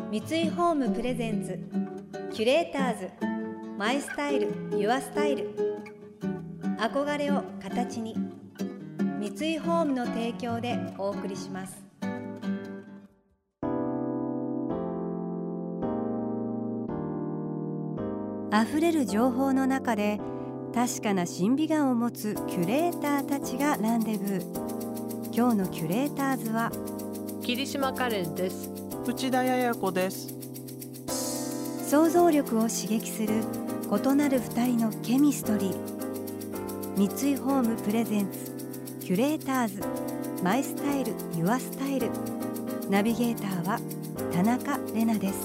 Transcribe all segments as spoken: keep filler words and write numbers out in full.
三井ホームプレゼンツキュレーターズマイスタイルユアスタイル、憧れを形に、三井ホームの提供でお送りします。あふれる情報の中で確かな審美眼を持つキュレーターたちがランデブー。今日のキュレーターズは桐島カレンです。 内田彩子です。 想像力を刺激する異なる二人のケミストリー。三井ホームプレゼンツキュレーターズマイスタイルユアスタイル、ナビゲーターは田中れなです。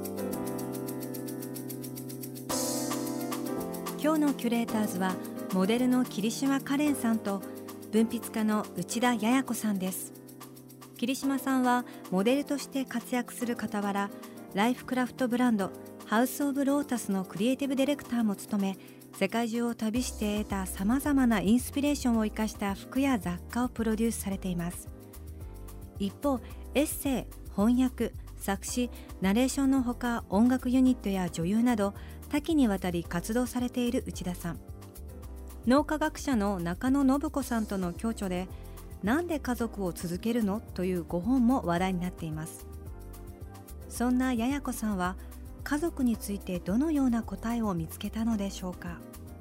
今日のキュレーターズはモデルの桐島カレンさんと文筆家の内田彩子さんです。桐島さんはモデルとして活躍する傍ら、ライフクラフトブランドハウスオブロータスのクリエイティブディレクターも務め、世界中を旅して得たさまざまなインスピレーションを生かした服や雑貨をプロデュースされています。一方、エッセイ、翻訳、作詞、ナレーションのほか音楽ユニットや女優など多岐にわたり活動されている内田さん。脳科学者の中野信子さんとの共著で、なんで家族を続けるのというご本も話題になっています。そんなややこさんは家族についてどのような答えを見つけたのでしょうか。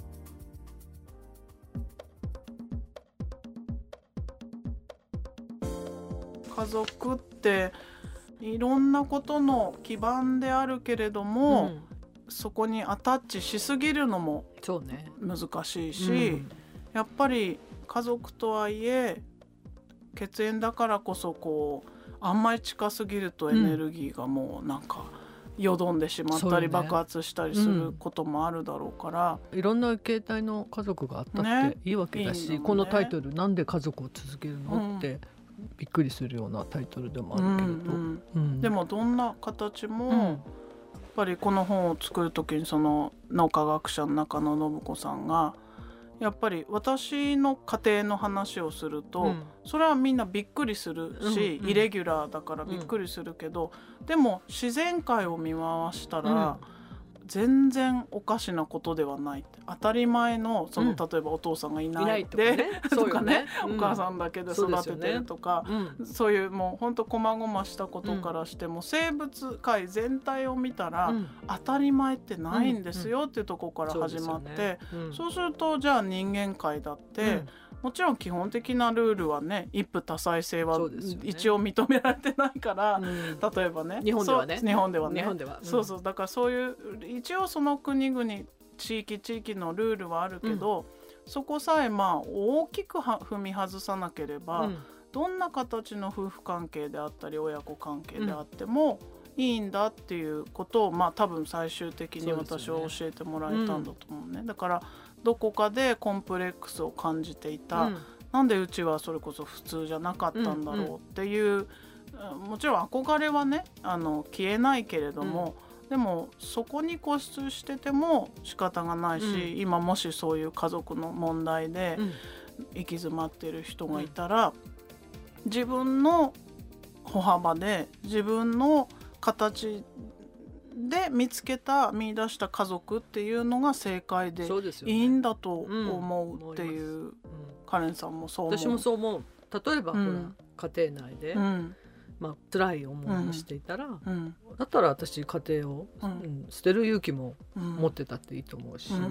家族っていろんなことの基盤であるけれども、うん、そこにアタッチしすぎるのも難しいし、ね、うん、やっぱり家族とはいえ血縁だからこそこうあんまり近すぎるとエネルギーがもうなんかよどんでしまったり、うん、爆発したりすることもあるだろうから、 うん、いろんな形態の家族があったっていいわけだし、ね、いいね、このタイトルなんで家族を続けるの、うん、ってびっくりするようなタイトルでもあるけれど、うんうん、でもどんな形も、うん、やっぱりこの本を作るときにその脳科学者の中野信子さんがやっぱり私の家庭の話をすると、うん、それはみんなびっくりするし、うんうん、イレギュラーだからびっくりするけど、うん、でも自然界を見回したら、うん、全然おかしなことではないって、当たり前のその、うん、例えばお父さんがいないでとかね、お母さんだけで育ててるとか、そうですよね、うん、そういうもうほんと細々したことからしても、うん、生物界全体を見たら、うん、当たり前ってないんですよっていうところから始まって、うんうん、そうするとじゃあ人間界だって、うん、もちろん基本的なルールはね、一夫多妻制は一応認められてないから、うん、例えばね、 日本ではね、 日本ではね、 日本では、うん、 そうそう、だからそういう一応その国々地域地域のルールはあるけど、うん、そこさえまあ大きくは踏み外さなければ、うん、どんな形の夫婦関係であったり親子関係であってもいいんだっていうことを、まあ多分最終的に私は教えてもらえたんだと思うね、うん、だからどこかでコンプレックスを感じていた、うん、なんでうちはそれこそ普通じゃなかったんだろうっていう、うんうん、もちろん憧れはね、あの消えないけれども、うん、でもそこに固執してても仕方がないし、うん、今もしそういう家族の問題で行き詰まっている人がいたら、うん、自分の歩幅で自分の形で見つけた見出した家族っていうのが正解でいいんだと思うっていう、うん、カレンさんもそう思う。 私もそう思う。例えば、うん、家庭内で、うん、まあ、辛い思いをしていたら、うん、だったら私家庭を、うんうん、捨てる勇気も持ってたっていいと思うし、うんうん、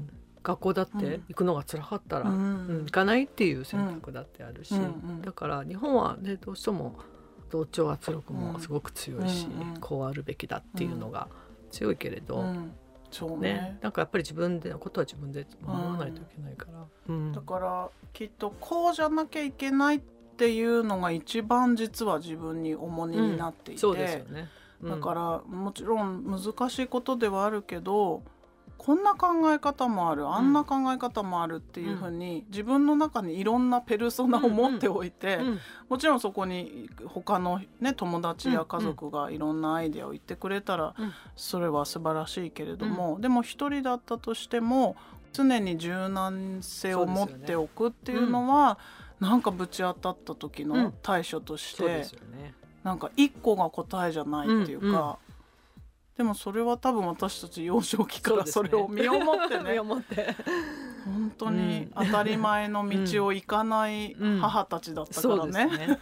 学校だって行くのが辛かったら、うんうん、行かないっていう選択だってあるし、うんうん、だから日本は、ね、どうしても同調圧力もすごく強いし、うんうん、こうあるべきだっていうのが強いけれど、うんそうねね、なんかやっぱり自分でのことは自分で守らないといけないから、 うん、だからきっとこうじゃなきゃいけないっていうのが一番実は自分に重荷になっていて、うん、そうですよね、うん、だからもちろん難しいことではあるけど、こんな考え方もある、あんな考え方もあるっていうふうに、うん、自分の中にいろんなペルソナを持っておいて、うんうん、もちろんそこに他の、ね、友達や家族がいろんなアイデアを言ってくれたら、うん、それは素晴らしいけれども、うん、でも一人だったとしても常に柔軟性を持っておくっていうのは、なんかぶち当たった時の対処としてなんか一個が答えじゃないっていうか、うんうん、でもそれは多分私たち幼少期からそれを身をもってね身をもって本当に当たり前の道を行かない母たちだったからね、うんうん、そうですね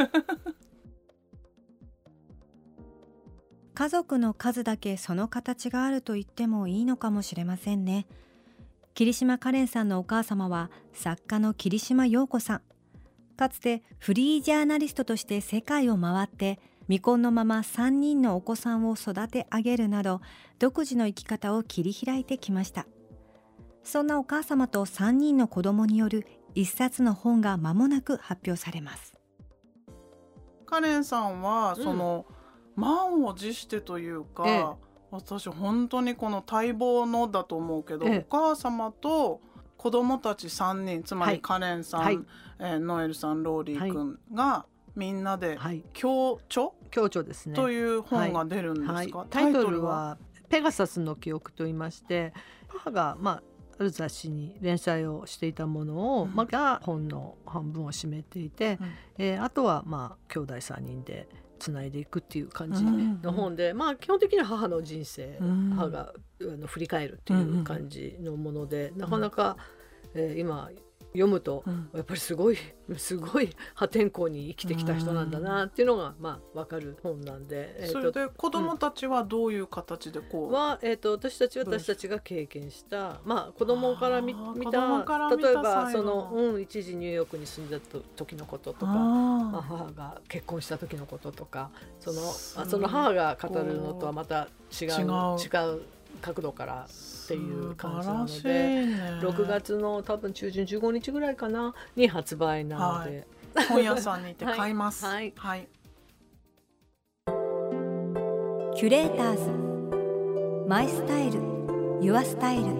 家族の数だけその形があると言ってもいいのかもしれませんね。桐島かれんさんのお母様は作家の桐島洋子さん。かつてフリージャーナリストとして世界を回って未婚のままさんにんのお子さんを育て上げるなど独自の生き方を切り開いてきました。そんなお母様とさんにんの子供による一冊の本が間もなく発表されます。 かれんさんはその、うん、満を持してというか、ええ、私本当にこの待望のだと思うけど、ええ、お母様と子供たちさんにん、つまりかれんさん、はいえー、ノエルさん、ローリー君がみんなで共著、 共著ですね、 という本が出るんですか、はいはい、 タイトルはペガサスの記憶と言いまして、母がまあある雑誌に連載をしていたものを、うんまあ、が本の半分を占めていて、うんえー、あとはまあ兄弟さんにんでつないでいくっていう感じの本で、うんうんまあ、基本的には母の人生、うん、母があの振り返るっていう感じのもので、うんうん、なかなか、えー、今読むと、うん、やっぱりすごいすごい破天荒に生きてきた人なんだなっていうのが、まあ、分かる本なんで、 えー、それで子どもたちはどういう形でこう、 うんはえー、と私たちは私たちが経験した、まあ、子どもから見た例えばその、うん、一時ニューヨークに住んだ時のこととか、まあ、母が結婚した時のこととかそのその母が語るのとはまた違う違う違う角度からっていう感じなので、ね、ろくがつの多分中旬じゅうごにちぐらいかなに発売なので、 はい、本屋さんに行って買います、 はいはいはい、 キュレーターズマイスタイルユアスタイル。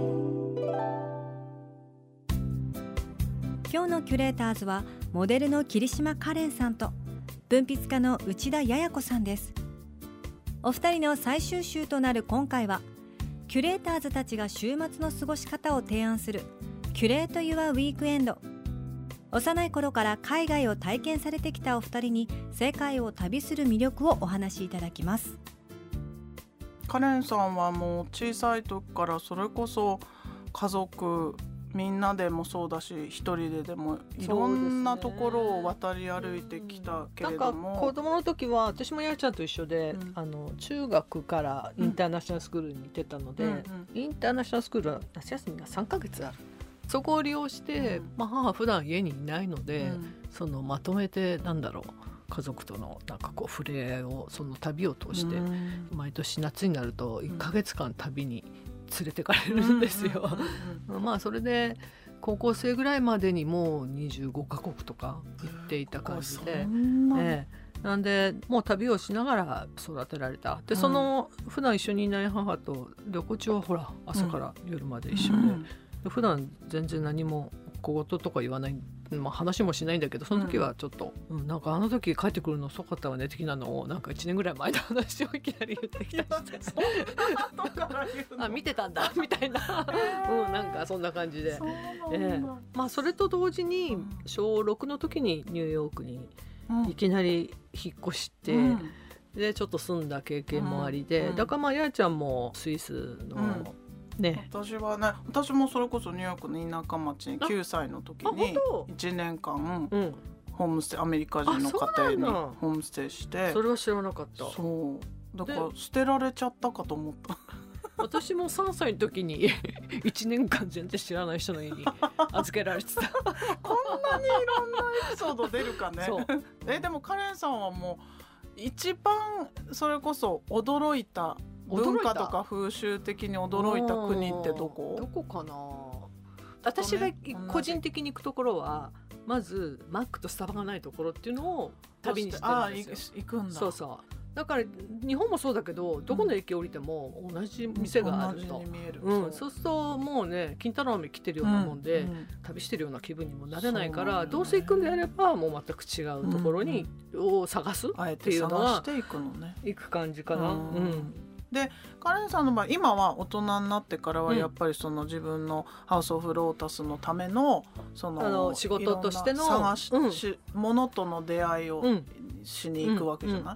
今日のキュレーターズはモデルの桐島かれんさんと文筆家の内田也哉子さんです。お二人の最終週となる今回はキュレーターズたちが週末の過ごし方を提案するキュレート・ユア・ウィークエンド。幼い頃から海外を体験されてきたお二人に世界を旅する魅力をお話しいただきます。 かれんさんはもう小さい時からそれこそ家族みんなでもそうだし一人ででもいろんなところを渡り歩いてきたけれども、 なんか子供の時は私もやーちゃんと一緒で、うん、あの中学からインターナショナルスクールに行ってたので、うんうんうん、インターナショナルスクールは夏休みがさんかげつある。そこを利用して、うんまあ、母は普段家にいないので、うん、そのまとめてなんだろう家族とのなんかこう触れ合いをその旅を通して、うん、毎年夏になるといっかげつかん旅に連れてかれるんですよ、うんうん、まあそれで高校生ぐらいまでにもうにじゅうごかこくとか行っていた感じで、ええ、なんでもう旅をしながら育てられた。でその、うん、普段一緒にいない母と旅行中はほら朝から夜まで一緒で、うん、で普段全然何も小言とか言わない、まあ、話もしないんだけどその時はちょっと、うんうん、なんかあの時帰ってくるの遅かったわね的なのをなんかいちねんぐらい前の話をいきなり言ってきたりしてあ見てたんだみたいな、えーうん、なんかそんな感じで、えーまあ、それと同時にしょうろくの時にニューヨークにいきなり引っ越して、うん、でちょっと住んだ経験もありで、うん、だからまあやーちゃんもスイスの、うんね、 私はね私もそれこそニューヨークの田舎町にきゅうさいの時にいちねんかん、うん、ホームステイアメリカ人の家庭にホームステイしてそれは知らなかった。 そうだから捨てられちゃったかと思った私もさんさいの時にいちねんかん全然知らない人の家に預けられてたこんなにいろんなエピソード出るかねえでもかれんさんはもう一番それこそ驚いた文化とか風習的に驚いた国ってどこ？ どこかな。私が個人的に行くところはまずマックとスタバがないところっていうのを旅にしてるんですよ。 行くんだ。 そうそうだから日本もそうだけどどこの駅降りても同じ店があると、 同じに見える、 うん、そうするともうね金太郎飴来てるようなもんで、うんうん、旅してるような気分にもなれないから、ね、どうせ行くんであればもう全く違うところに、うん、を探すっていうのはしていくのね行く感じかな、うんうんでかれんさんの場合今は大人になってからはやっぱりその自分のハウスオブロータスのためのそのあの仕事としての探し、うん、ものとの出会いをしに行くわけじゃない、うんうん、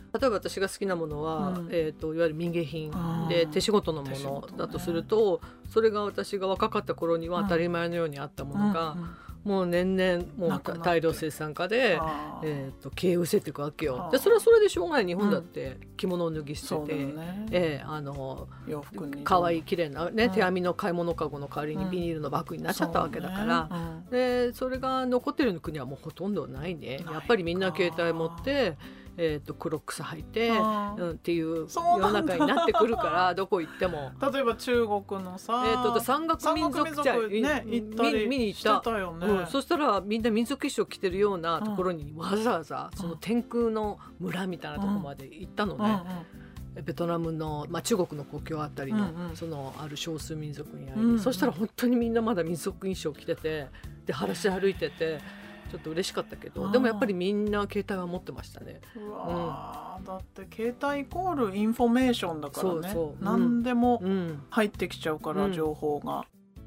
例えば私が好きなものは、うんえー、といわゆる民芸品で手仕事のものだとすると、ね、それが私が若かった頃には当たり前のようにあったものが、うんうんうんもう年々もう大量生産化で、えー、と消え失せていくわけよ。でそれはそれでしょうがない。日本だって着物を脱ぎ捨てて、うんねえー、あのかわいい綺麗な、ねうん、手編みの買い物かごの代わりにビニールのバッグになっちゃったわけだから、うんねうん、でそれが残ってる国はもうほとんどないね。やっぱりみんな携帯持ってえー、とクロックス履いて、うん、っていう世の中になってくるからどこ行っても例えば中国のさ、 えー、と山岳民族じゃ、 ね、行ったり見に行った、よねうん、そしたらみんな民族衣装着てるようなところにわざわざその天空の村みたいなところまで行ったのね、うんうんうん、ベトナムの、まあ、中国の国境あたりの、うんうん、そのある少数民族に会いに、うんうん、そしたら本当にみんなまだ民族衣装着ててで裸足歩いててちょっと嬉しかったけど、でもやっぱりみんな携帯は持ってましたね。 うわ、うん、だって携帯イコールインフォメーションだからね。そうそう、うん、何でも入ってきちゃうから、うん、情報が。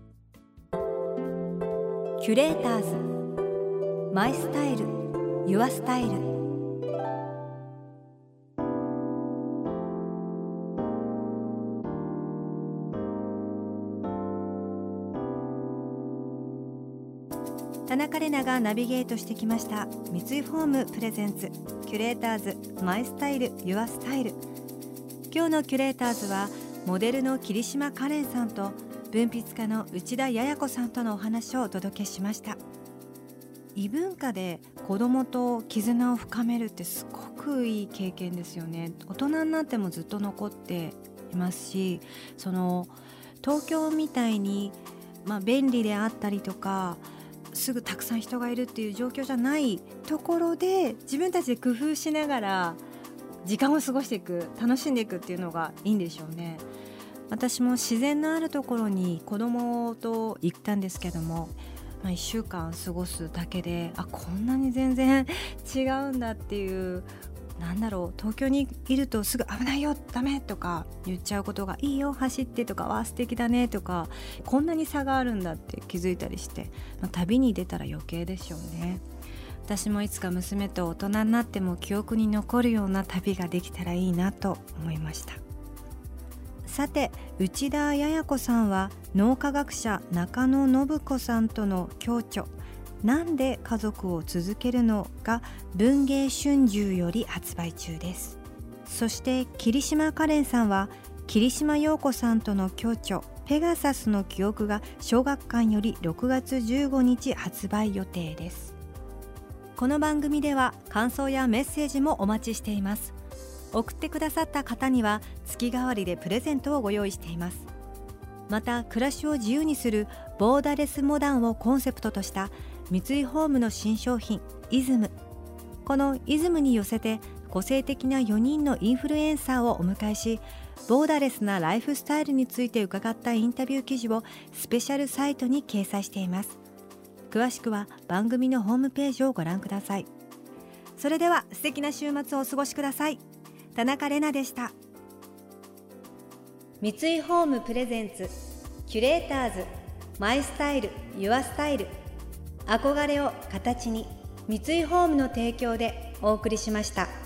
キュレーターズマイスタイルユアスタイル。田中玲奈がナビゲートしてきました三井フォームプレゼンツキュレーターズマイスタイルユアスタイル。今日のキュレーターズはモデルの桐島かれんさんと文筆家の内田也子さんとのお話をお届けしました。異文化で子供と絆を深めるってすごくいい経験ですよね。大人になってもずっと残っていますし、その東京みたいに、まあ、便利であったりとかすぐたくさん人がいるっていう状況じゃないところで自分たちで工夫しながら時間を過ごしていく、楽しんでいくっていうのがいいんでしょうね。私も自然のあるところに子供と行ったんですけども、まあ、いっしゅうかん過ごすだけであこんなに全然違うんだっていう、なんだろう、東京にいるとすぐ危ないよダメとか言っちゃうことが、いいよ走ってとか、わ素敵だねとか、こんなに差があるんだって気づいたりして、まあ、旅に出たら余計でしょうね。私もいつか娘と大人になっても記憶に残るような旅ができたらいいなと思いました。さて、内田也子さんは脳科学者中野信子さんとの共著なんで家族を続けるのが文藝春秋より発売中です。そして桐島かれんさんは桐島洋子さんとの共著ペガサスの記憶が小学館よりろくがつじゅうごにち発売予定です。この番組では感想やメッセージもお待ちしています。送ってくださった方には月替わりでプレゼントをご用意しています。また暮らしを自由にするボーダレスモダンをコンセプトとした三井ホームの新商品イズム。このイズムに寄せて個性的なよにんのインフルエンサーをお迎えし、ボーダレスなライフスタイルについて伺ったインタビュー記事をスペシャルサイトに掲載しています。詳しくは番組のホームページをご覧ください。それでは素敵な週末をお過ごしください。田中玲奈でした。三井ホームプレゼンツキュレーターズマイスタイルユアスタイル。憧れを形に、三井ホームの提供でお送りしました。